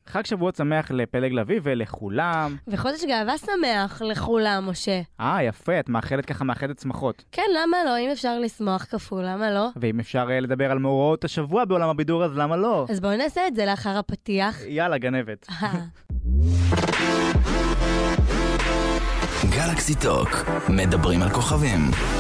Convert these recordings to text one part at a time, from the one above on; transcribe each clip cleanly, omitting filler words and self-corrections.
חג שבועות שמח לפלג לביא ולכולם. וחודש גאווה שמח לכולם, משה. יפה, את מאחלת ככה מאחדת שמחות. כן, למה לא? אם אפשר לשמוח כפול, למה לא? ואם אפשר לדבר על מאורעות השבוע בעולם הבידור, אז למה לא? אז בואו נעשה את זה לאחר הפתיח. יאללה, גנבת. גלקסי טוק, מדברים על כוכבים.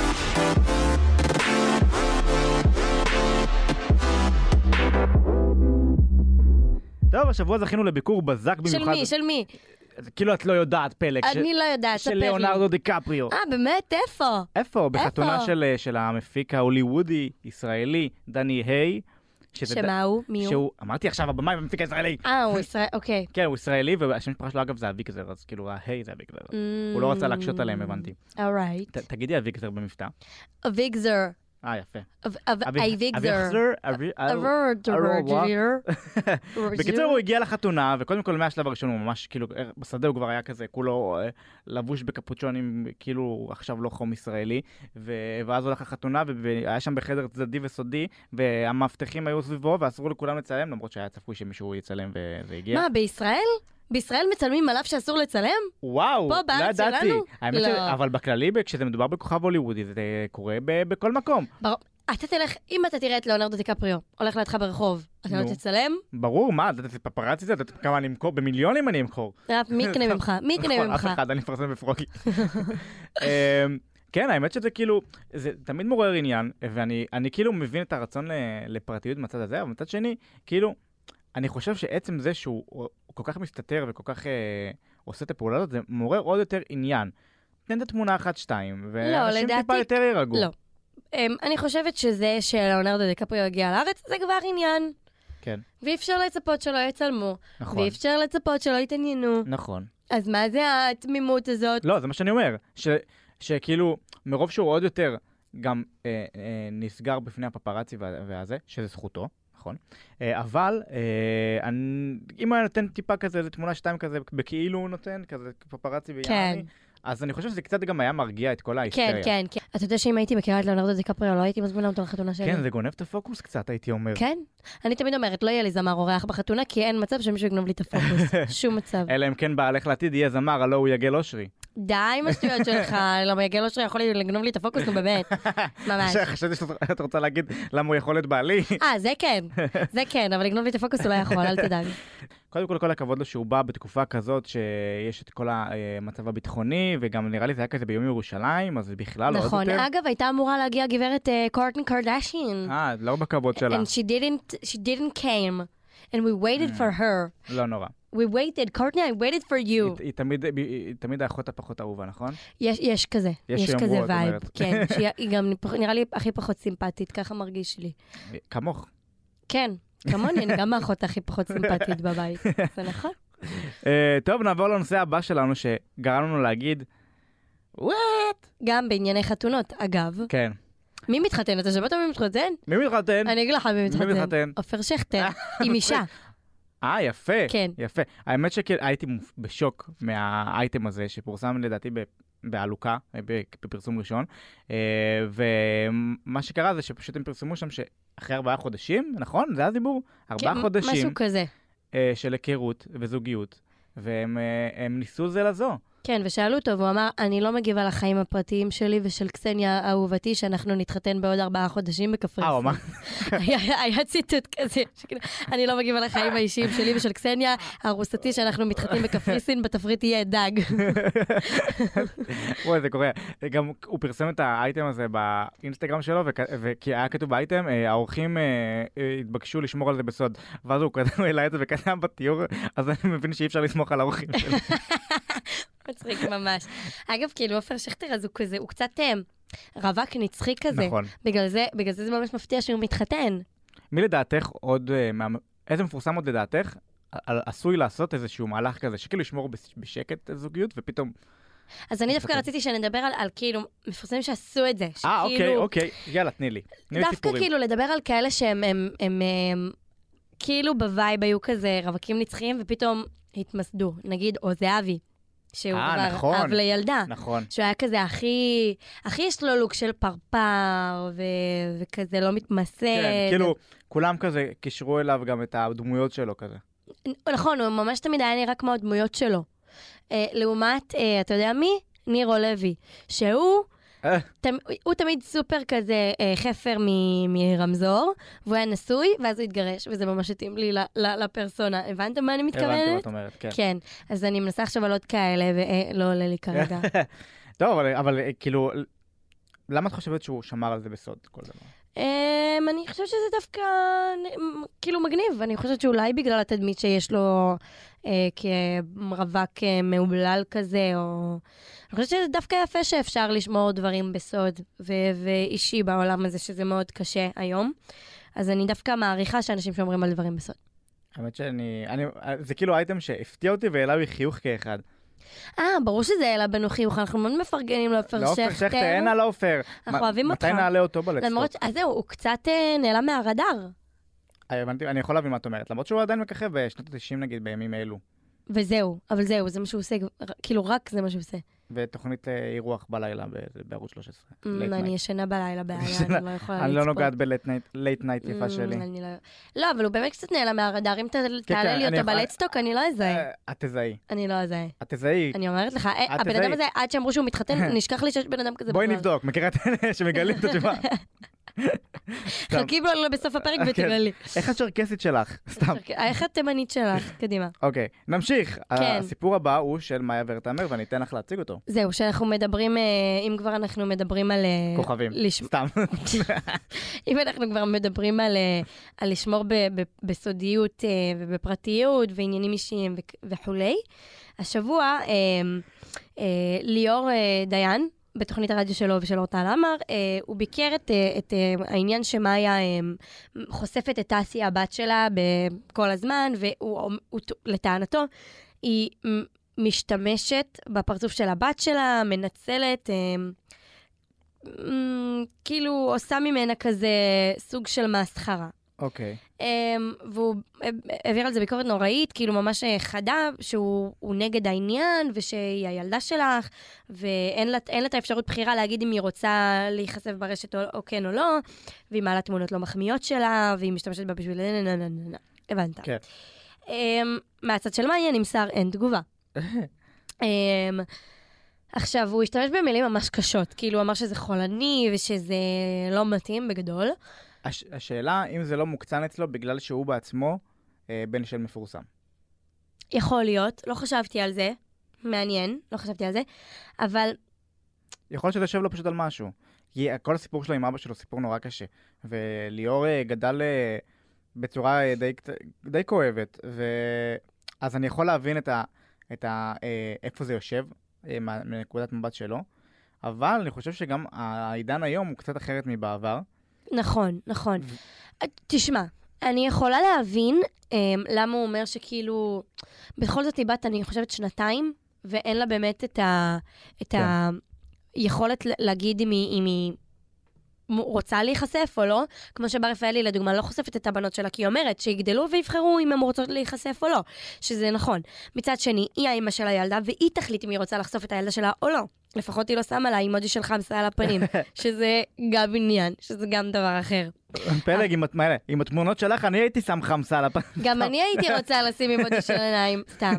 טוב, השבוע זכינו לביקור בזק במיוחד. של מי? כאילו את לא יודעת פלג. אני לא יודעת, של ליאונרדו דיקפריו. באמת? איפה? איפה? בחתונה של המפיק ההוליוודי, ישראלי, דני היי. שמה הוא? מי הוא? אמרתי עכשיו, הבמאי המפיק הישראלי. הוא ישראלי, אוקיי. כן, הוא ישראלי, והשם משפחה שלו אגב זה אביקזר, אז כאילו ההי זה אביקזר. הוא לא רצה להקשות עליהם, הבנתי. אורייט. תגידי אביקזר במבטא. אביגזר. יפה. אביגזר. בקיצור הוא הגיע לחתונה, וקודם כל מהשלב הראשון הוא ממש כאילו, בשדה הוא כבר היה כזה, כולו לבוש בקפוצ'ונים, כאילו עכשיו לא חום ישראלי, ואז הולך לחתונה, והיה שם בחדר צדדי וסודי, והמאבטחים היו סביבו, ואסרו לכולם לצלם, למרות שהיה צפוי שמישהו יצלם והגיע. מה, בישראל? בישראל מצלמים עליו שאסור לצלם? וואו, פה בארץ שלנו? לא. אבל בכללי, כשזה מדובר בכוכב הוליוודי, זה קורה בכל מקום. אתה תלך, אם אתה תראה את ליאונרדו דיקפריו, הולך לידך ברחוב, אתה לא תצלם? ברור, מה, זה פפרצי, אתה כמה אני אמכור, במיליונים אני אמכור. מי יקנה ממך? מי יקנה ממך? אף אחד, אני מפרסם בפרוגי. כן, האמת שזה כאילו, זה תמיד מעורר עניין, ואני כאילו מבין את הרצון לפרטיות מצד הזה, אבל מצד שני, כאילו, אני חושב שעצם זה שהוא כל כך מסתתר וכל כך עושה את הפעולה הזאת, זה מעורר עוד יותר עניין. תן את התמונה 1-2, ואנשים טיפה יותר יירגעו. לא. אני חושבת שזה שליאונרדו דיקפריו הגיע לארץ, זה כבר עניין. כן. ואי אפשר לצפות שלא יצלמו. נכון. ואי אפשר לצפות שלא יתעניינו. נכון. אז מה זה התמימות הזאת? לא, זה מה שאני אומר. שכאילו, מרוב שהוא עוד יותר גם נסגר בפני הפפרצי והזה, שזה זכותו. נכון. אבל אם היה נותן טיפה כזה, איזה תמונה 2 כזה, בכאילו הוא נותן, כזה פפרצי ויעני, אז אני חושב שזה קצת גם היה מרגיע את כל ההיסטריה. כן. אתה יודע שאם הייתי מכירה את ליאונרדו דיקפריו, לא הייתי מזמינה אותו לחתונה שלי. כן, זה גונב את הפוקוס קצת, הייתי אומר. כן. אני תמיד אומרת, לא יהיה לי זמר אורח בחתונה, כי אין מצב שמישהו יגנוב לי את הפוקוס. שום מצב. אלא אם כן בעלך לעתיד יהיה זמר, הלא הוא יגל אושרי. די עם השטויות שלך, למה יגל אושרי יכול לגנוב לי את הפוקוס, נו באמת. ממש. חשבתי שאת רוצה להגיד למה הוא יכול להיות בעלי. זה כן, אבל לגנוב לי את הפוקוס הוא לא יכול, אל תדאג. קודם כל הכבוד לו שהוא בא בתקופה כזאת שיש את כל המצב הביטחוני, וגם נראה לי זה היה כזה ביום ירושלים, אז בכלל לא עוד יותר. נכון, אגב, הייתה אמורה להגיע גברת קורטני קרדשיין. לא בכבוד שלה. And she didn't came, and we waited for her. לא נורא. We waited, Courtney, I waited for you. היא תמיד האחות הפחות אהובה, נכון? יש כזה, יש כזה וייב. כן, שהיא גם נראה לי הכי פחות סימפטית, ככה מרגיש לי. כמוך. כן. כמוני, אני גם האחות הכי פחות סימפטית בבית. זה נכון? טוב, נעבור לנושא הבא שלנו, שגרם לנו להגיד, what? גם בענייני חתונות, אגב. כן. מי מתחתן? אתה שמעת מי מתחתן? מי מתחתן? אני אגיד לך מי מתחתן. עופר שכטר, עם אישה. יפה. כן. יפה. האמת שהייתי בשוק מהאייטם הזה, שפורסם לדעתי בעלוקה, בפרסום ראשון, ומה שקרה זה שפשוט הם פרסמו שם שאחרי 4 חודשים, נכון? זה הדיבור? 4 חודשים. משהו כזה. של היכרות וזוגיות, והם ניסו זה לזו. כן, ושאלו אותו, והוא אמר, אני לא מגיבה לחיים הפרטיים שלי ושל קסניה אהובתי, שאנחנו נתחתן בעוד 4 חודשים בקפריסין. הוא אמר. היה ציטוט כזה, אני לא מגיבה לחיים האישיים שלי ושל קסניה, ארוסתי שאנחנו מתחתנים בקפריסין, בתפריט יהיה דג. וואי, זה קורה. גם הוא פרסם את האייטם הזה באינסטגרם שלו, וכי היה כתוב באייטם, האורחים התבקשו לשמור על זה בסוד. ואז הוא העלה את זה וכתב בתיאור, אז אני מבין שאי אפשר לסמוך על האורחים שלו. מצחיק ממש. אגב, כאילו, עופר שכטר, אז הוא קצת רווק נצחי כזה. נכון. בגלל זה ממש מפתיע שהוא מתחתן. מי לדעתך עוד, איזה מפורסם עוד לדעתך, עשוי לעשות איזשהו מהלך כזה, שכאילו ישמור בשקט זוגיות, ופתאום... אז אני דווקא רציתי שנדבר על כאילו, מפורסמים שעשו את זה. אוקיי, יאללה, תני לי. דווקא כאילו לדבר על כאלה שהם כאילו בווייב היו כזה רווקים נצחיים, ופתאום התמסדו. נגיד, או זה אבי. שהוא כבר אב לילדה. נכון. שהוא היה כזה הכי יש לו לוק של פרפר, וכזה לא מתמסד. כן, כאילו, כולם כזה קישרו אליו גם את הדמויות שלו כזה. נכון, הוא ממש תמיד היה נראה כמו הדמויות שלו. לעומת, אתה יודע מי? נירו לוי, שהוא תמיד סופר כזה חפר מרמזור, והוא היה נשוי, ואז הוא התגרש, וזה ממש התאים לי לפרסונה. הבנתם מה אני מתכוונת? הבנתי מה את אומרת, כן. כן, אז אני מנסה עכשיו על עוד כאלה, ולא עולה לי כרגע. טוב, אבל כאילו, למה את חושבת שהוא שמר על זה בסוד כל דבר? אני חושבת שזה דווקא כאילו מגניב, אני חושבת שאולי בגלל התדמית שיש לו כרווק מעולל כזה, או... אני חושבת שזה דווקא יפה שאפשר לשמור דברים בסוד ואישי בעולם הזה, שזה מאוד קשה היום. אז אני דווקא מעריכה שאנשים שומרים על דברים בסוד. האמת זה כאילו אייטם שהפתיע אותי והעלה לי חיוך כאחד. ברור שזה העלה בנו חיוך, אנחנו מאוד מפרגנים לעופר שכטר. לעופר שכטר, אין על עופר. אנחנו אוהבים אותך. מתי נעלה אותו בלטסטוק? אז זהו, הוא קצת נעלם מהרדאר. אני יכול להבין מה את אומרת, למרות שהוא עדיין מככב בשנות ה-90 נגיד בימים האלו. וזהו, אבל זהו, זה מה שהוא עושה, כאילו רק זה מה שהוא עושה. ותוכנית אירוח בלילה בערוץ 13. אני ישנה בלילה בעיה, אני לא יכולה לצפות. אני לא נוגעת בלייט נייט יפה שלי. לא, אבל הוא באמת קצת נעלם מהרדאר, אם תעלה לי אותו בלטסטוק, אני לא אזהה. את תזהי. אני לא אזהה. את תזהי. אני אומרת לך, הבן אדם הזה, עד שאמרו שהוא מתחתן, נשכח לי שיש בן אדם כזה. בואי נבדוק, מכירה את אלה שמגלים את התשובה. חכי בו בסוף הפרק ותגלי. איך הצ'רקסית שלך? סתם. איך התימנית שלך? קדימה. אוקיי, נמשיך. הסיפור הבא הוא של מאיה ורטהמר, ואני אתן לך להציג אותו. זהו, שאנחנו מדברים, אם כבר אנחנו מדברים על... כוכבים, סתם. אם אנחנו כבר מדברים על לשמור בסודיות ובפרטיות ועניינים אישיים וכולי, השבוע ליאור דיין, בתוכנית הרדיו שלו ושל אורטל עמר, הוא ביקר את העניין שמאיה חושפת את טסי, הבת שלה, בכל הזמן, לטענתו, היא משתמשת בפרצוף של הבת שלה, מנצלת, כאילו עושה ממנה כזה סוג של מסחרה. אוקיי. והוא העביר על זה ביקורת נוראית, כאילו ממש חדה, שהוא נגד העניין, ושהיא הילדה שלך, ואין לה את האפשרות בחירה להגיד אם היא רוצה להיחשף ברשת או כן או לא, והיא מעלה תמונות לא מחמיאות שלה, והיא משתמשת בה בשביל... הבנת. כן. מהצד של מאיה נמסר אין תגובה. עכשיו, הוא השתמש במילים ממש קשות, כאילו הוא אמר שזה חולני, ושזה לא מתאים בגדול. השאלה, אם זה לא מוקצן אצלו בגלל שהוא בעצמו בן של מפורסם. יכול להיות, לא חשבתי על זה. מעניין, לא חשבתי על זה. אבל... יכול להיות שזה יושב לו פשוט על משהו. כי כל הסיפור שלו עם אבא שלו סיפור נורא קשה. וליאור גדל בצורה די כואבת. אז אני יכול להבין איפה זה יושב, מנקודת מבט שלו. אבל אני חושב שגם העידן היום הוא קצת אחרת מבעבר. נכון, נכון. תשמע, אני יכולה להבין למה הוא אומר שכאילו, בכל זאת היא בת, אני חושבת 2, ואין לה באמת את היכולת להגיד אם היא רוצה להיחשף או לא, כמו שבר רפאלי לדוגמה לא חושפת את הבנות שלה, כי היא אומרת שיגדלו ויבחרו אם הן רוצות להיחשף או לא, שזה נכון. מצד שני, היא האמא של הילדה, והיא תחליט אם היא רוצה לחשוף את הילדה שלה או לא. לפחות היא לא שמה לה אימוג'י של חמסה על הפנים, שזה גם עניין, שזה גם דבר אחר. פלג, עם התמונות שלך, אני הייתי שם חמסה על הפנים. גם אני הייתי רוצה לשים אימוג'י של עיניים, סתם.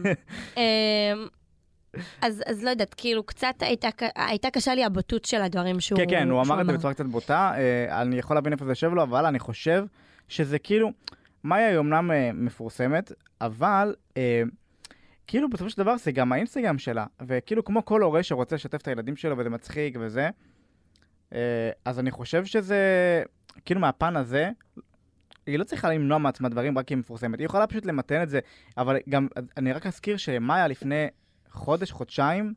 אז לא יודעת, כאילו קצת הייתה קשה לי הבוטות של הדברים שהוא... כן, כן, הוא אמר את זה בצורה קצת בוטה, אני יכול להבין איפה זה יושב לו, אבל אני חושב שזה כאילו, מאיה היא אומנם מפורסמת, אבל כאילו בסופו של דבר זה גם האינסטגרם שלה, וכאילו כמו כל הורה שרוצה לשתף את הילדים שלו וזה מצחיק וזה, אז אני חושב שזה, כאילו מהפן הזה, היא לא צריכה למנוע מעצמה דברים רק כי היא מפורסמת, היא יכולה פשוט למתן את זה, אבל גם, אני רק אזכיר שמאיה לפני חודשיים,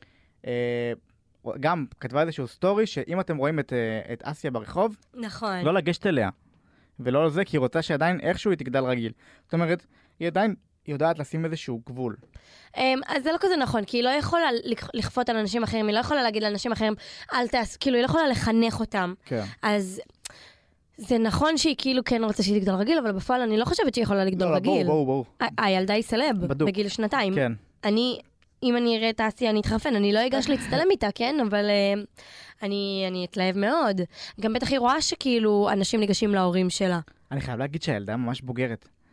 גם כתבה איזשהו סטורי, שאם אתם רואים את אסיה ברחוב, נכון. לא לגשת אליה, ולא לזה, כי היא רוצה שעדיין איכשהו היא תגדל רגיל. זאת אומרת, היא עדיין יודעת לשים איזשהו גבול. אז זה לא כזה נכון, כי היא לא יכולה לכפות על אנשים אחרים, היא לא יכולה להגיד לאנשים אחרים, אל תעש, כאילו היא לא יכולה לחנך אותם. כן. אז זה נכון שהיא כאילו כן רוצה שהיא תגדל רגיל, אבל בפועל אני לא חושבת שהיא יכולה לגדול רגיל. ברור. הילדה היא סלב, בגיל 2. כן. אם אני אראה את האסיה, אני אתחרפן, אני לא אגש להצטלם איתה, כן? אבל אני אתלהב מאוד. גם בטח היא רואה שכאילו אנשים ניגשים להורים שלה. אני חייב להגיד שהילדה ממש בוגרת.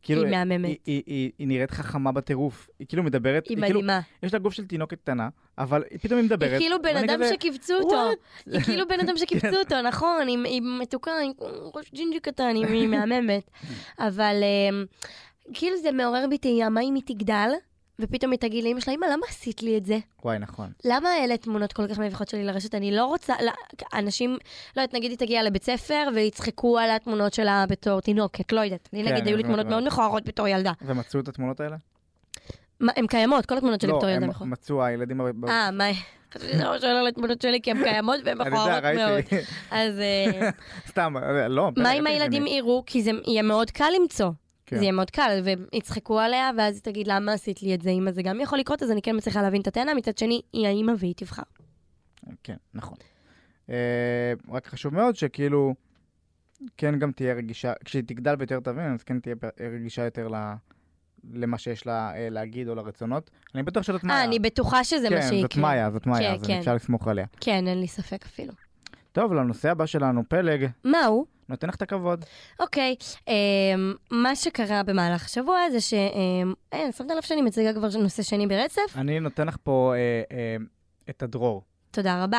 כאילו, היא מהממת. היא נראית חכמה בטירוף. היא כאילו מדברת, היא מדהימה. יש לה גוף של תינוקת קטנה, אבל פתאום היא מדברת. היא כאילו בן אדם שקיבצו אותו. היא כאילו בן אדם שקיבצו אותו, נכון, היא מתוקה, היא ראש ג'ינג'י קטן, היא מהממת. אבל כאילו זה מעורר בי תהייה, מה אם היא תגדל, ופתאום היא תגיד לאמא שלה, אמא, למה עשית לי את זה? וואי, נכון. למה אלה תמונות כל כך מביכות שלי לרשת? אני לא רוצה, אנשים, לא יודעת, נגיד היא תגיע לבית ספר, ויצחקו על התמונות שלה בתור תינוקת, לא יודעת. אני נגיד, היו לי תמונות מאוד מכוערות בתור ילדה. ומצאו את התמונות האלה? הן קיימות, כל התמונות שלי בתור ילדה מכוערות. לא, הם מצאו הילדים... מה? חשבתי שזה לא שואל על התמונות שלי, כי הן קיימות והן מכוערות מאוד. אז... סתם, לא. מה אם הילדים יראו? כי זה יהיה מאוד קל למצוא. זה יהיה מאוד קל, ויצחקו עליה, ואז היא תגיד, למה עשית לי את זה, אמא? זה גם יכול לקרות, אז אני כן מצליחה להבין את הטענה, מצד שני, היא האמא והיא תבחר. כן, נכון. רק חשוב מאוד שכאילו, כן גם תהיה רגישה, כשהיא תגדל ויותר תבין, אז כן תהיה רגישה יותר למה שיש לה להגיד או לרצונות. אני בטוח שזאת מאיה. אני בטוחה שזה מה שהיא. כן, זאת מאיה, אז אפשר לסמוך עליה. כן, אין לי ספק אפילו. טוב, לנושא הבא שלנו, פלג. מה הוא? נותן לך את הכבוד. אוקיי, מה שקרה במהלך השבוע זה שמת לב שאני מציגה כבר נושא שני ברצף? אני נותן לך פה את הדרור. תודה רבה.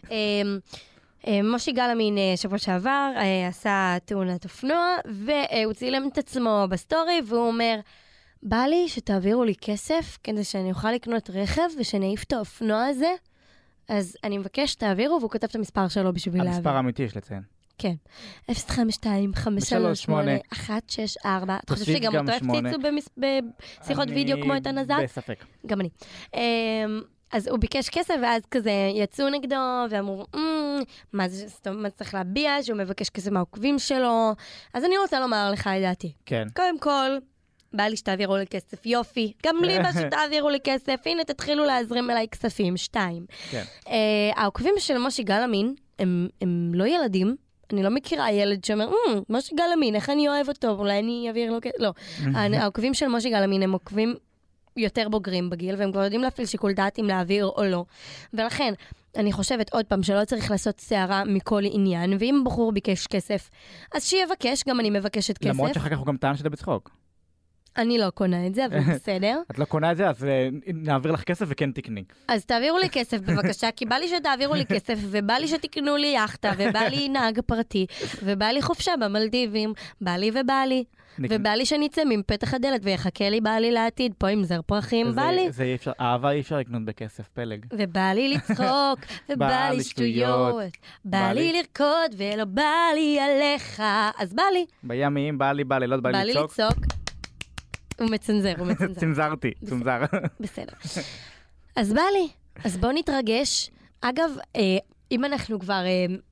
מושי גלאמין שבוע שעבר עשה תאונת אופנוע, והוא צילם את עצמו בסטורי, והוא אומר, בא לי שתעבירו לי כסף כדי שאני אוכל לקנות רכב ושנעיף את האופנוע הזה, אז אני מבקש שתעבירו, והוא כותב את המספר שלו בשביל להעביר. המספר האמיתי יש לציין. כן. 052-538-164. אתה חושב שגם אותו הפציצו בשיחות וידאו כמו את הנזק? בספק. גם אני. אז הוא ביקש כסף, ואז כזה יצאו נגדו, ואמרו, מה זה צריך להביע, שהוא מבקש כסף מהעוקבים שלו. אז אני רוצה לומר לך את דעתי. כן. קודם כל, בא לי שתעבירו לי כסף, יופי. גם לי בא שתעבירו לי כסף, הנה תתחילו להזרים אליי כספים, 2. כן. העוקבים של מושי גלאמין, הם לא ילדים. אני לא מכירה ילד שאומר, מושי גלאמין, איך אני אוהב אותו, אולי אני אעביר לו כסף. לא. העוקבים של מושי גלאמין הם עוקבים יותר בוגרים בגיל, והם כבר יודעים להפעיל שיקול דעת אם להעביר או לא. ולכן, אני חושבת עוד פעם שלא צריך לעשות שערה מכל עניין, ואם בחור ביקש כסף, אז שיבקש, גם אני מבקשת כסף. למרות שאחר כך הוא גם טען שזה בצחוק. אני לא קונה את זה, אבל בסדר. את לא קונה את זה, אז נעביר לך כסף וכן תקני. אז תעבירו לי כסף בבקשה, כי בא לי שתעבירו לי כסף, ובא לי שתקנו לי יחטה, ובא לי נהג פרטי, ובא לי חופשה במלדיבים, בא לי ובא לי. ובא לי שנצא מפתח הדלת ויחכה לי, בא לי לעתיד, פה עם זר פרחים, בא לי. אהבה אי אפשר לקנות בכסף, פלג. ובא לי לצחוק, ובא לי שטויות, בא לי לרקוד, ולא בא לי עליך, אז בא לי. בימים, בא לי, לא בא לי לצחוק. בא לי לצחוק. הוא מצנזר. צנזרתי, צנזר. בסדר. אז בא לי, אז בוא נתרגש. אגב, אם אנחנו כבר...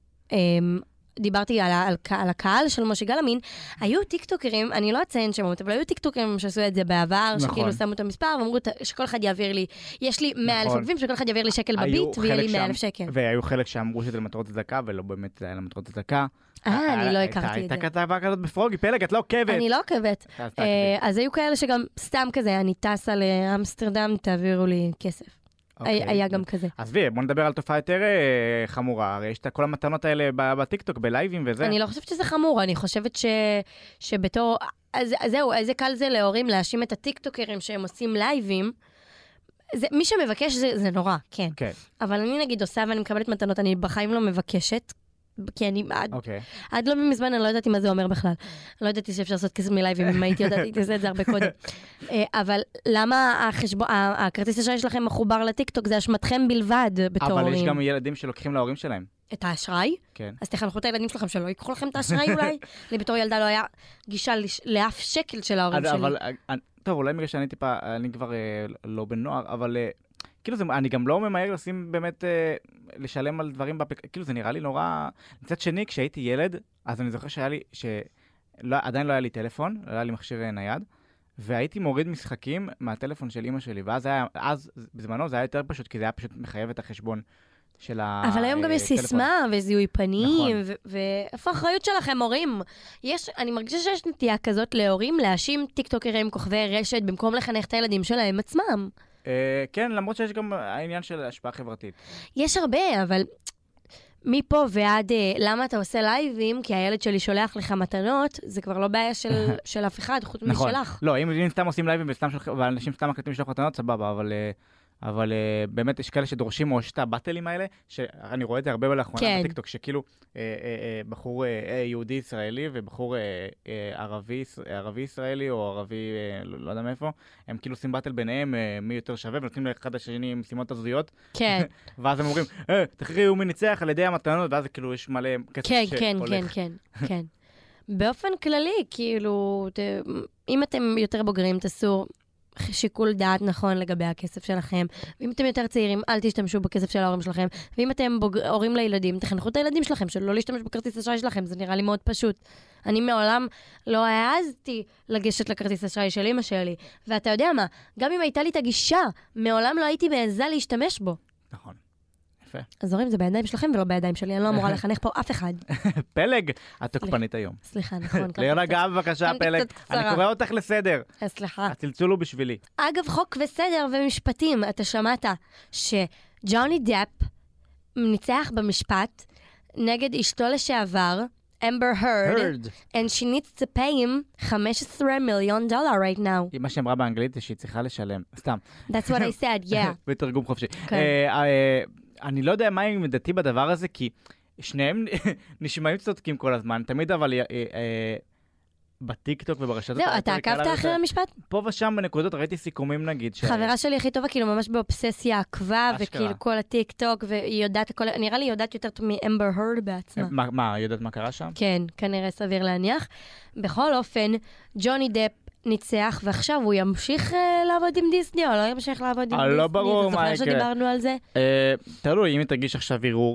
דיברתי על הקהל של מושי גלאמין, היו טיקטוקרים, אני לא אציין שמות, אבל היו טיקטוקרים שעשו את זה בעבר, שכאילו שמו את המספר, ואמרו שכל אחד יעביר לי, יש לי 100,000 עוקבים, שכל אחד יעביר לי שקל בביט, ויהיה לי 100,000 שקל. והיו חלק שאמרו שזה למטרות צדקה, ולא באמת זה היה למטרות צדקה. אני לא הכרתי את זה. הייתה כתבה כזאת בפרוגי, פלג, את לא עוקבת. אני לא עוקבת. אז היו כאלה שגם סתם כזה, אני טסה לאמסטרדם, תעבירו לי כסף. היה גם כזה. אז בוא נדבר על תופעה יותר חמורה, הרי יש את כל המתנות האלה בטיקטוק, בלייבים וזה. אני לא חושבת שזה חמור, אני חושבת שבתור, אז זהו, איזה קל זה להורים להאשים את הטיקטוקרים שהם עושים לייבים, מי שמבקש זה נורא, כן. אבל אני נגיד עושה ואני מקבלת מתנות, אני בחיים לא מבקשת, כי אני עד לא מזמן, אני לא ידעתי מה זה אומר בכלל. לא ידעתי שאפשר לעשות כסף מלייבים, אם הייתי יודעת, הייתי עושה את זה הרבה קודם. אבל למה הכרטיס אשראי שלכם מחובר לטיקטוק, זה אשמתכם בלבד בתור הורים. אבל יש גם ילדים שלוקחים להורים שלהם. את האשראי? כן. אז תחנכו את הילדים שלכם שלא ייקחו לכם את האשראי אולי? לי בתור ילדה לא היה גישה לאף שקל של ההורים שלי. אבל, טוב, אולי בגלל שאני טיפה, אני כבר לא בנוער, אבל... כאילו אני גם לא ממהר לשים באמת, לשלם על דברים, כאילו זה נראה לי נורא, מצד שני, כשהייתי ילד, אז אני זוכר שהיה לי, עדיין לא היה לי טלפון, לא היה לי מכשיר נייד, והייתי מוריד משחקים מהטלפון של אמא שלי, ואז בזמנו זה היה יותר פשוט, כי זה היה פשוט מחייב את החשבון של הטלפון. אבל היום גם יש סיסמה וזיהוי פנים, ואיפה האחריות שלכם, הורים? אני מרגישה שיש נטייה כזאת להורים להאשים טיקטוקרים, כוכבי רשת, במקום לחנך את הילדים שלהם עצמם. כן, למרות שיש גם העניין של השפעה חברתית. יש הרבה, אבל מפה ועד למה אתה עושה לייבים, כי הילד שלי שולח לך מתנות, זה כבר לא בעיה של אף אחד, חוץ משלך. לא, אם סתם עושים לייבים ואנשים סתם מקליטים לשלוח מתנות, סבבה, אבל באמת יש כאלה שדורשים או שתי הבטלים האלה, שאני רואה את זה הרבה לאחרונה בטיקטוק, שכאילו בחור יהודי ישראלי ובחור ערבי ישראלי או ערבי, לא יודע מאיפה, הם כאילו עושים בטל ביניהם מי יותר שווה, ונותנים לאחד השני משימות הזויות. כן. ואז הם אומרים, תחריעו מי ניצח על ידי המתנות, ואז כאילו יש מלא כסף שהולך. כן. באופן כללי, כאילו, אם אתם יותר בוגרים, תעשו שיקול דעת נכון לגבי הכסף שלכם. ואם אתם יותר צעירים, אל תשתמשו בכסף של ההורים שלכם. ואם אתם הורים לילדים, תחנכו את הילדים שלכם, שלא להשתמש בכרטיס אשראי שלכם. זה נראה לי מאוד פשוט. אני מעולם לא העזתי לגשת לכרטיס אשראי של אמא שלי. ואתה יודע מה? גם אם הייתה לי את הגישה, מעולם לא הייתי מעזה להשתמש בו. נכון. יפה. אז הורים, זה בידיים שלכם ולא בידיים שלי. אני לא אמורה לחנך פה אף אחד. פלג, את תוקפנית היום. סליחה, נכון. להירגע בבקשה, פלג. אני קורא אותך לסדר. סליחה. הצלצול הוא בשבילי. אגב, חוק וסדר ומשפטים, אתה שמעת שג'וני דפ ניצח במשפט נגד אשתו לשעבר, אמבר הרד, and she needs to pay him $15 million right now. מה שאמרה באנגלית זה שהיא צריכה לשלם. סתם. That's what I said, yeah. בתרגום חופשי. אני לא יודע מה עם דעתי בדבר הזה, כי שניהם נשמעים צודקים כל הזמן, תמיד אבל בטיקטוק וברשתות. זהו, אתה עקבת אחרי המשפט? פה ושם בנקודות ראיתי סיכומים נגיד. חברה שלי הכי טובה, כאילו ממש באובססיה עקבה, וכאילו כל הטיקטוק, והיא יודעת הכל, נראה לי יודעת יותר טוב מאמבר הרד בעצמה. מה, יודעת מה קרה שם? כן, כנראה סביר להניח. בכל אופן, ג'וני דפ ניצח, ועכשיו הוא ימשיך לעבוד עם דיסני, או לא ימשיך לעבוד עם דיסני? לא ברור מה יקרה. אתה זוכר שדיברנו על זה? תלוי, אם היא תגיש עכשיו ערעור.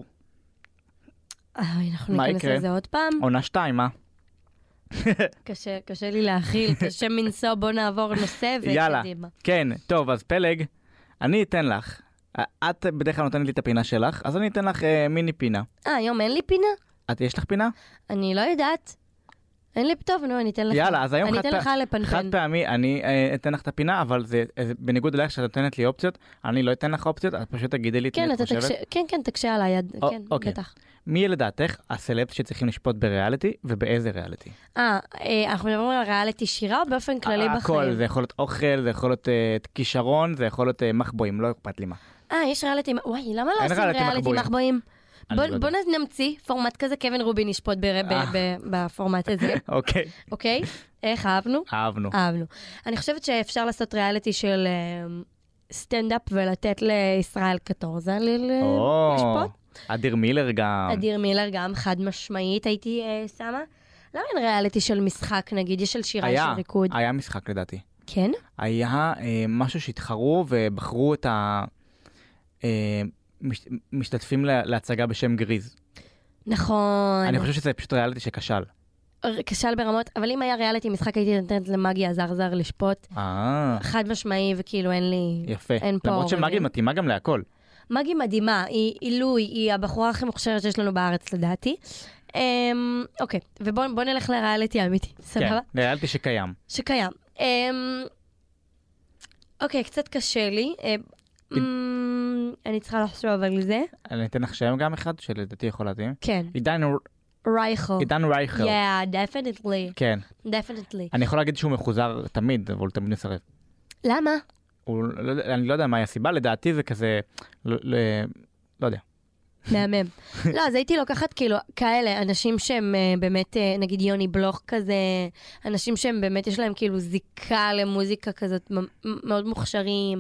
אנחנו ניכנס לזה עוד פעם. עונה 2, מה? קשה לי להכיל, קשה מנסוע, בוא נעבור נושא וקדימה. יאללה, כן, טוב, אז פלג, אני אתן לך. את בדרך כלל נותנת לי את הפינה שלך, אז אני אתן לך מיני פינה. היום אין לי פינה? יש לך פינה? אני לא יודעת. אין לי, טוב, נו, אני אתן לך. יאללה, אז היום אני אתן לך לפנפן. חד פעמי, אני אתן לך את הפינה, אבל זה בניגוד אליך שאת נותנת לי אופציות, אני לא אתן לך אופציות, את פשוט תגידי לי את מי את חושבת. כן, תקשה על היד, כן, בטח. מי לדעתך הסלבס שצריכים לשפוט בריאליטי, ובאיזה ריאליטי? אנחנו מדברים על ריאליטי שירה, או באופן כללי בחיים? הכל, זה יכול להיות אוכל, זה יכול להיות כישרון, זה יכול להיות מחבואים, לא אכפת לי מה. יש ריאליטי, וואי, למה לא עושים ריאליטי מחבואים? בוא נמציא פורמט כזה, קווין רובין ישפוט בפורמט הזה. אוקיי? איך, אהבנו? אהבנו. אני חושבת שאפשר לעשות ריאליטי של סטנדאפ ולתת לישראל קטורזה לשפוט. אדיר מילר גם. חד משמעית הייתי שמה. למה אין ריאליטי של משחק, נגיד? יש של שירה של ריקוד. היה משחק לדעתי. כן? היה משהו שהתחרו ובחרו את משתתפים להצגה בשם גריז. נכון. אני חושב שזה פשוט ריאליטי שכשל. כשל ברמות, אבל אם היה ריאליטי משחק, הייתי נותנת למאגי הזר לשפוט. חד משמעי, וכאילו אין לי... יפה. למרות שמאגי מתאימה גם להכל. מאגי מדהימה, היא הבחורה הכי מוכשרת שיש לנו בארץ, לדעתי. אוקיי, ובוא נלך לריאליטי האמיתי, סבבה? כן, ריאליטי שקיים. אוקיי, קצת קשה לי. אני צריכה לחשוב על זה. אני אתן לך שם גם אחד שלדעתי יכול להתאים. כן. עידן רייכל. Yeah, definitely. כן. Definitely. אני יכול להגיד שהוא מחוזר תמיד, אבל הוא תמיד מסרב. למה? אני לא יודע מה הסיבה, לדעתי זה כזה, לא יודע. מהמם. לא, אז הייתי לוקחת כאילו כאלה, אנשים שהם באמת, נגיד יוני בלוך כזה, אנשים שהם באמת יש להם כאילו זיקה למוזיקה כזאת, מאוד מוכשרים.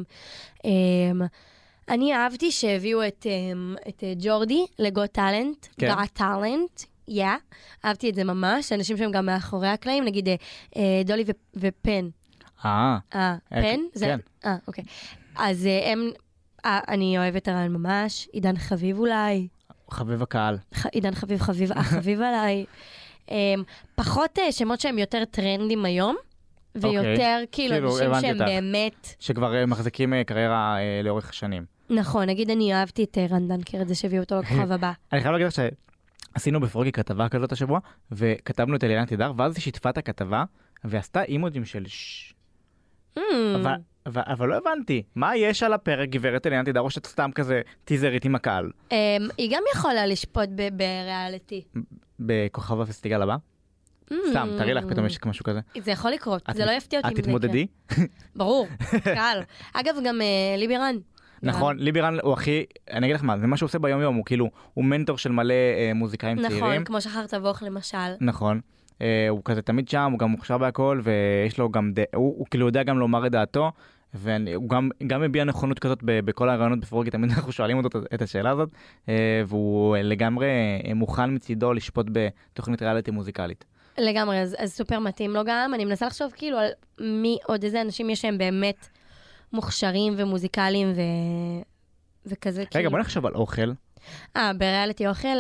אני אהבתי שהביאו את ג'ורדי לגו טלנט, גאט טלנט, אהבתי את זה ממש, אנשים שהם גם מאחורי הקלעים, נגיד דולי ופן. פן? כן. אוקיי. אז הם... אני אוהבת הרעיון ממש, עידן חביב אולי. חביב הקהל. עידן חביב עליי. פחות שמות שהם יותר טרנדים היום, ויותר כאילו אנשים שהם באמת... שכבר מחזיקים קריירה לאורך השנים. נכון, נגיד אני אהבתי את רן דנקר, את זה שהביאו אותו לכוכב הבא. אני חייב להגיד לך שעשינו בפרוגי כתבה כזאת השבוע, וכתבנו את אליאנה תידר, ואז היא שיתפה את הכתבה, ועשתה אימוג'ים של אבל אבל לא הבנתי, מה יש על הפרק, גברת אליאנה תדהר, או שאת סתם כזה טיזרית עם הקהל? היא גם יכולה לשפוט בריאליטי. בכוכב הפסטיגל הבא? סתם, תראי לך פתאום יש משהו כזה. זה יכול לקרות, זה לא יפתיע אותי. את תתמודדי? ברור, קל. אגב, גם ליברן. נכון, ליברן הוא הכי, אני אגיד לך מה, זה מה שהוא עושה ביום יום, הוא כאילו, הוא מנטור של מלא מוזיקאים צעירים. נכון, כמו שחר תבוך למשל. נכון. הוא כזה תמיד שם, הוא גם מוכשר בהכל, ויש לו גם, הוא כאילו יודע גם לומר את דעתו, והוא גם מביע נכונות כזאת בכל הרעיונות בפרוגי, תמיד אנחנו שואלים אותו את השאלה הזאת, והוא לגמרי מוכן מצידו לשפוט בתוכנית ריאליטי מוזיקלית. לגמרי, אז סופר מתאים לו גם. אני מנסה לחשוב כאילו על מי עוד איזה אנשים יש שהם באמת מוכשרים ומוזיקליים וכזה. רגע, בוא נחשוב על אוכל. בריאליטי אוכל.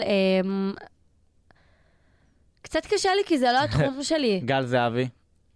קצת קשה לי כי זה לא התחום שלי. גל זהבי.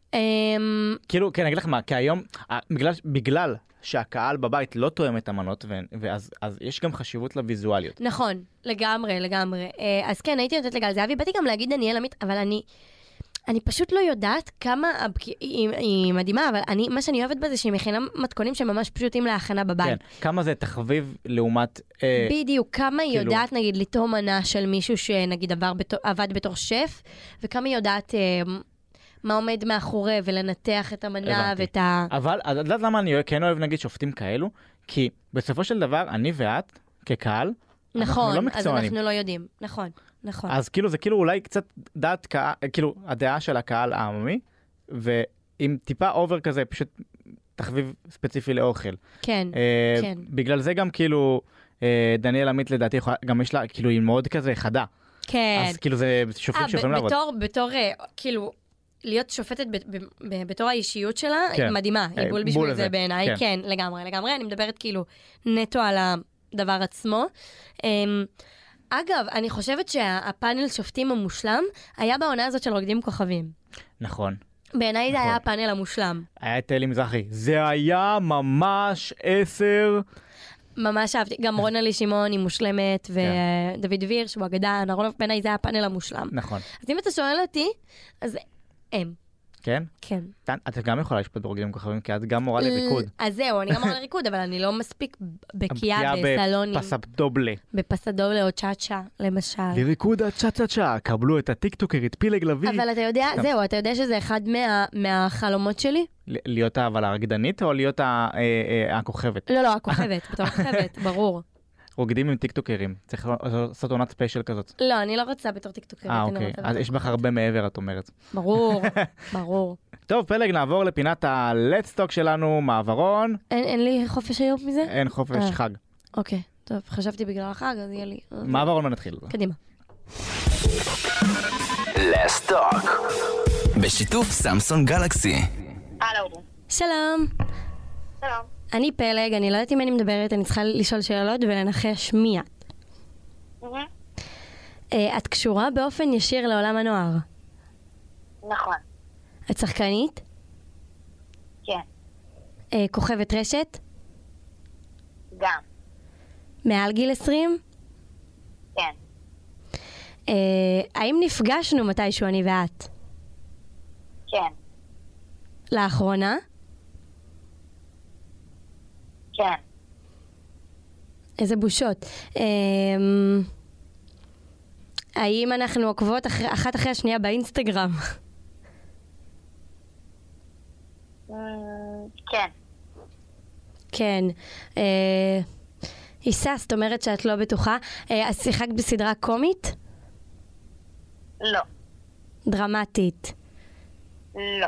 כאילו, כן, אני אגיד לך מה, כי היום, בגלל שהקהל בבית לא תואם את המנות, אז יש גם חשיבות לוויזואליות. נכון, לגמרי, לגמרי. אז כן, הייתי נותנת לגל זהבי, באתי גם להגיד דניאל עמית, אבל אני פשוט לא יודעת כמה, היא מדהימה, אבל מה שאני אוהבת בזה שהיא מכינה מתכונים שממש פשוטים להכנה בבית. כן, כמה זה תחביב לעומת... בדיוק, כמה היא יודעת, נגיד, לטעום מנה של מישהו שנגיד עבד בתור שף, וכמה היא יודעת... מה עומד מאחורי, ולנתח את המנה ואת ה... אבל, את יודעת למה אני כן אוהב נגיד שופטים כאלו? כי בסופו של דבר, אני ואת, כקהל, אנחנו לא מקצוענים. אז אנחנו לא יודעים. נכון. אז כאילו, זה כאילו אולי קצת דעת קהל, כאילו, הדעה של הקהל העממי, ועם טיפה אובר כזה, פשוט תחביב ספציפי לאוכל. כן, כן. בגלל זה גם כאילו, דניאל עמית לדעתי, גם יש לה, כאילו, היא מאוד כזה חדה. כן. אז כאילו, זה שופטים שיכולים לעבוד. בתור, כאילו... להיות שופטת בתור האישיות שלה, היא מדהימה, היא בול בשביל זה בעיניי, כן, לגמרי, אני מדברת כאילו נטו על הדבר עצמו. אגב, אני חושבת שהפאנל שופטים המושלם היה בעונה הזאת של רוקדים כוכבים. נכון. בעיניי זה היה הפאנל המושלם. היה את אלי מזרחי, זה היה ממש 10. ממש אהבתי, גם רונלי שמעון היא מושלמת, ודוד דביר שהוא אגדה, בעיניי זה היה הפאנל המושלם. נכון. אז אם אתה שואל אותי, אז... כן? כן. את גם יכולה לשפוט ברוקדים כוכבים, כי את גם מורה לריקוד. אז זהו, אני גם מורה לריקוד, אבל אני לא מספיק בקיאה בסלונים. בפסדובלה. בפסדובלה או צ'אצ'ה, למשל. לריקוד הצ'אצ'ה, קבלו את הטיקטוקרית פילג לוי. אבל אתה יודע, זהו, אתה יודע שזה אחד מהחלומות שלי? להיות אבל הרקדנית או להיות הכוכבת? לא, הכוכבת, בתור הכוכבת, ברור. רוקדים עם טיקטוקרים. צריך לעשות עונת ספיישל כזאת. לא, אני לא רוצה בתור טיקטוקרית. אוקיי. אז יש בך הרבה מעבר, את אומרת. ברור. טוב, פלג, נעבור לפינת ה-Let's Talk שלנו, מעברון. אין לי חופש היום מזה? אין חופש, חג. אוקיי, טוב, חשבתי בגלל החג, אז יהיה לי... מעברון ונתחיל. קדימה. Let's Talk. בשיתוף סמסונג גלקסי. הלו. שלום. שלום. אני פלג, אני לא יודעת אם אני מדברת, אני צריכה לשאול שאלות ולנחש מי את. את קשורה באופן ישיר לעולם הנוער? נכון. את שחקנית? כן. כוכבת רשת? גם. מעל גיל 20? כן. האם נפגשנו מתישהו אני ואת? כן. לאחרונה? כן. איזה בושות. האם אנחנו עוקבות אחת אחרי השנייה באינסטגרם? כן. כן. היסס, זאת אומרת שאת לא בטוחה. אז שיחקת בסדרה קומית? לא. דרמטית? לא.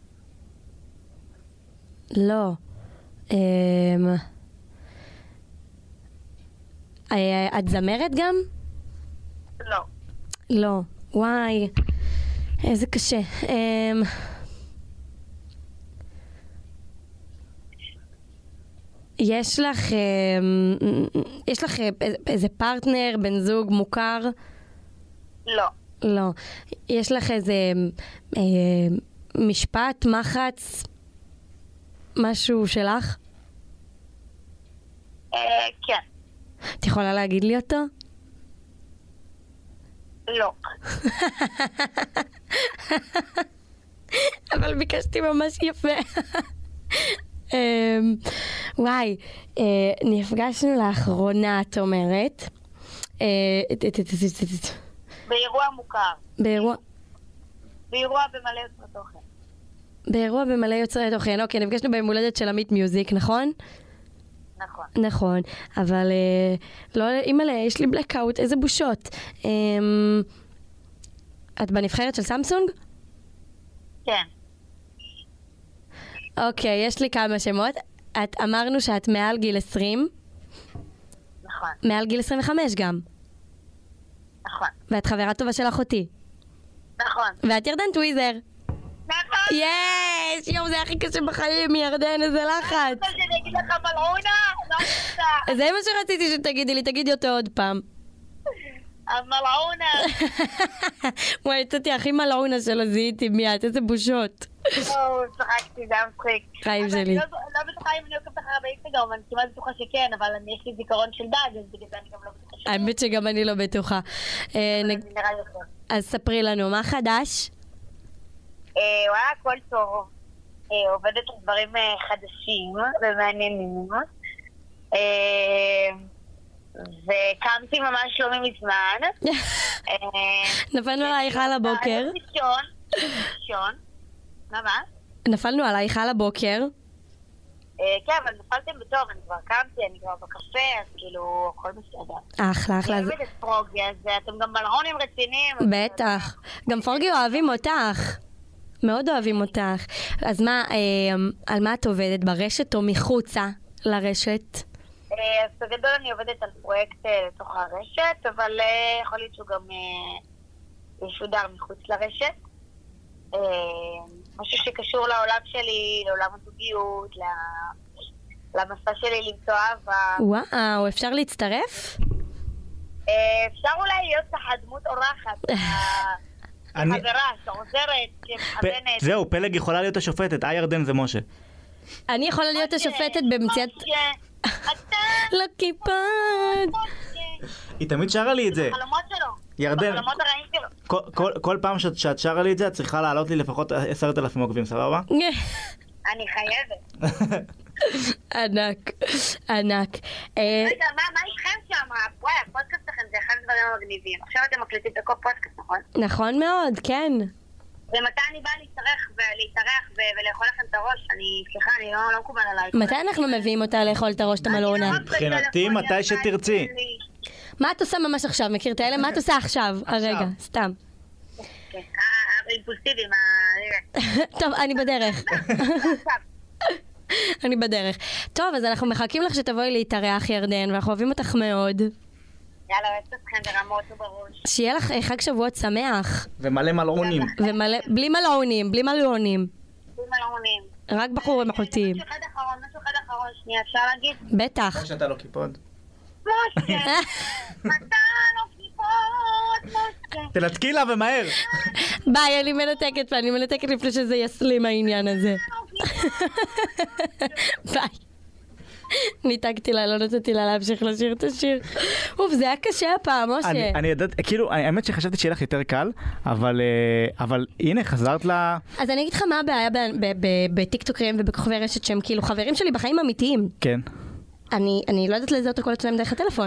לא. את זמרת גם? לא. לא. וואי. איזה קשה. יש לך איזה פרטנר, בן זוג מוכר? לא. לא. יש לך איזה משפט, מחץ, משהו שלך? כן. את יכולה להגיד לי אותו? לא. אבל ביקשתי ממש יפה. וואי, נפגשנו לאחרונה, את אומרת. באירוע מוכר. באירוע במלא יוצרי תוכן. באירוע במלא יוצרי תוכן, אוקיי, נפגשנו ביום הולדת של עמית מיוזיק, נכון? נכון. נכון, אבל לא, אימא'לה, יש לי בלקאוט, איזה בושות. את בנבחרת של סמסונג? כן. אוקיי, יש לי כמה שמות. אמרנו שאת מעל גיל 20. נכון. מעל גיל 25 גם. נכון. ואת חברה טובה של אחותי. נכון. ואת ירדן טוויזר. נכון. יש! יום, זה הכי קשה בחיים, ירדן, איזה לחץ. אתה רוצה שאני אגיד לך מלעונה? לא רוצה. זה מה שרציתי שתגידי לי, תגידי אותו עוד פעם. המלעונה. וואי, יצאתי הכי מלעונה שלו, זיהיתי מיד, איזה בושות. צחקתי, זה היה מצחיק. חיים שלי. אני לא בטוחה אם אני עוקבת אחריה באינסטגרם, אני כמעט בטוחה שכן, אבל יש לי זיכרון של דג, אז בגלל זה אני גם לא בטוחה שכן. האמת שגם אני לא בטוחה. זה נראה יותר. אז ספרי לנו, מה חדש? וואלה, הכל טוב. עובדת על דברים חדשים ומעניינים. וקמתי ממש לא מזמן. נפלנו עלייך על הבוקר. ראשון. מה? נפלנו עלייך על הבוקר. כן, אבל נפלתם בטוב, אני כבר קמתי, אני כבר בקפה, אז כאילו, הכל בסדר. אחלה. אני אוהבת את פרוגי, אז אתם גם מלעונים רציניים. בטח. גם פורגי אוהבים אותך. מאוד אוהבים אותך. אז מה, על מה את עובדת? ברשת או מחוצה לרשת? אז בגדול אני עובדת על פרויקט לתוך הרשת, אבל יכול להיות שהוא גם ישודר מחוץ לרשת. משהו שקשור לעולם שלי, לעולם הזוגיות, למסע שלי למצוא אהבה. וואו, אפשר להצטרף? אפשר אולי להיות ככה דמות אורחת, חברה, שעוזרת, שמכוונת. זהו, פלג יכולה להיות השופטת, ירדן זה משה. אני יכולה להיות השופטת במציאת... אתה... לא כיפות. היא תמיד שרה לי את זה. בחלומות שלו. ירדן, בחלומות הרעים שלו. כל פעם שאת שרה לי את זה, את צריכה לעלות לי לפחות 10,000 עוקבים, סבבה? אני חייבת. ענק. רגע, מה איתכם שם? וואי, הפודקאסט לכם זה אחד הדברים המגניבים. עכשיו אתם מקליטים בכל פודקאסט, נכון? נכון מאוד, כן. ומתי אני באה להתארח ולאכול לכם את הראש? סליחה, אני לא מקובל עליי. מתי אנחנו מביאים אותה לאכול את הראש, את המלעונה? מבחינתי, מתי שתרצי. מה את עושה ממש עכשיו? מכיר את האלה? מה את עושה עכשיו? הרגע, סתם. אימפולסיביים, טוב, אני בדרך. טוב, אז אנחנו מחכים לך שתבואי להתארח, ירדן, ואנחנו אוהבים אותך מאוד. יאללה, אוהבת אתכם ברמות ובראש. שיהיה לך חג שבועות שמח. ומלא מלעונים. בלי מלעונים. בלי מלעונים. רק בחורים איכותיים. משהו אחד אחרון, שנייה, אפשר להגיד? בטח. שאתה לא קיפוד. משה, אתה לא קיפוד, משה. תנתקי לה ומהר. ביי, אני מנתקת לפני שזה יסלים העניין הזה. ביי. ניתקתי לה, לא נתתי לה להמשיך לשיר את השיר. אוף, זה היה קשה הפעם, משה. אני יודעת, כאילו, האמת שחשבתי שיהיה לך יותר קל, אבל הנה, חזרת לה... אז אני אגיד לך מה הבעיה בטיקטוקרים ובכוכבי רשת שהם כאילו חברים שלי בחיים אמיתיים. כן. אני לא יודעת לזהות הקולות שלהם דרך הטלפון.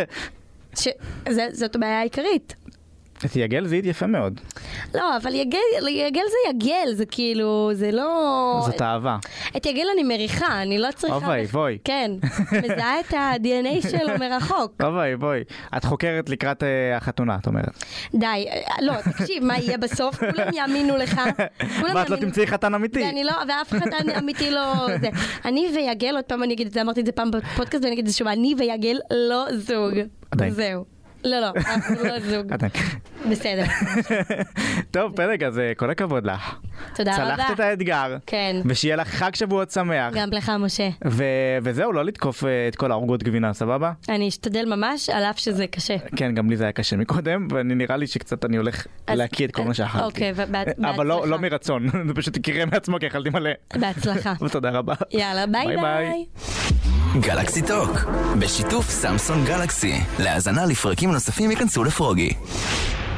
זאת הבעיה העיקרית. את יגל זיהית יפה מאוד. לא, אבל יגל זה יגל, זה כאילו, זה לא... זאת אהבה. את יגל אני מריחה, אני לא צריכה... בואי. כן, מזהה את ה-DNA שלו מרחוק. בואי. את חוקרת לקראת החתונה, את אומרת. די, לא, תקשיב, מה יהיה בסוף? כולם יאמינו לך. ואת לא תמצאי חתן אמיתי. ואף חתן אמיתי לא... אני ויגל, עוד פעם אני אגיד את זה, אמרתי את זה פעם בפודקאסט ואני אגיד את זה שוב, אני ויגל לא זוג. עדיין. זהו. לא, אנחנו לא זוג. בסדר. טוב, פלג, אז כל הכבוד לך. תודה רבה. צלחת את האתגר. כן. ושיהיה לך חג שבועות שמח. גם לך, משה. וזהו, לא לתקוף את כל העוגות גבינה, סבבה? אני אשתדל ממש, על אף שזה קשה. כן, גם לי זה היה קשה מקודם, ואני נראה לי שקצת אני הולך להקיא את כל מה שאכלתי. אוקיי, בהצלחה. אבל לא מרצון, זה פשוט יקרה מעצמו, כי אכלתי מלא. בהצלחה. ותודה רבה. יאללה, ביי. גלקסי טוק, בשיתוף סמסונג גלקסי. להאזנה לפרקים נוספים ייכנסו לפרוגי.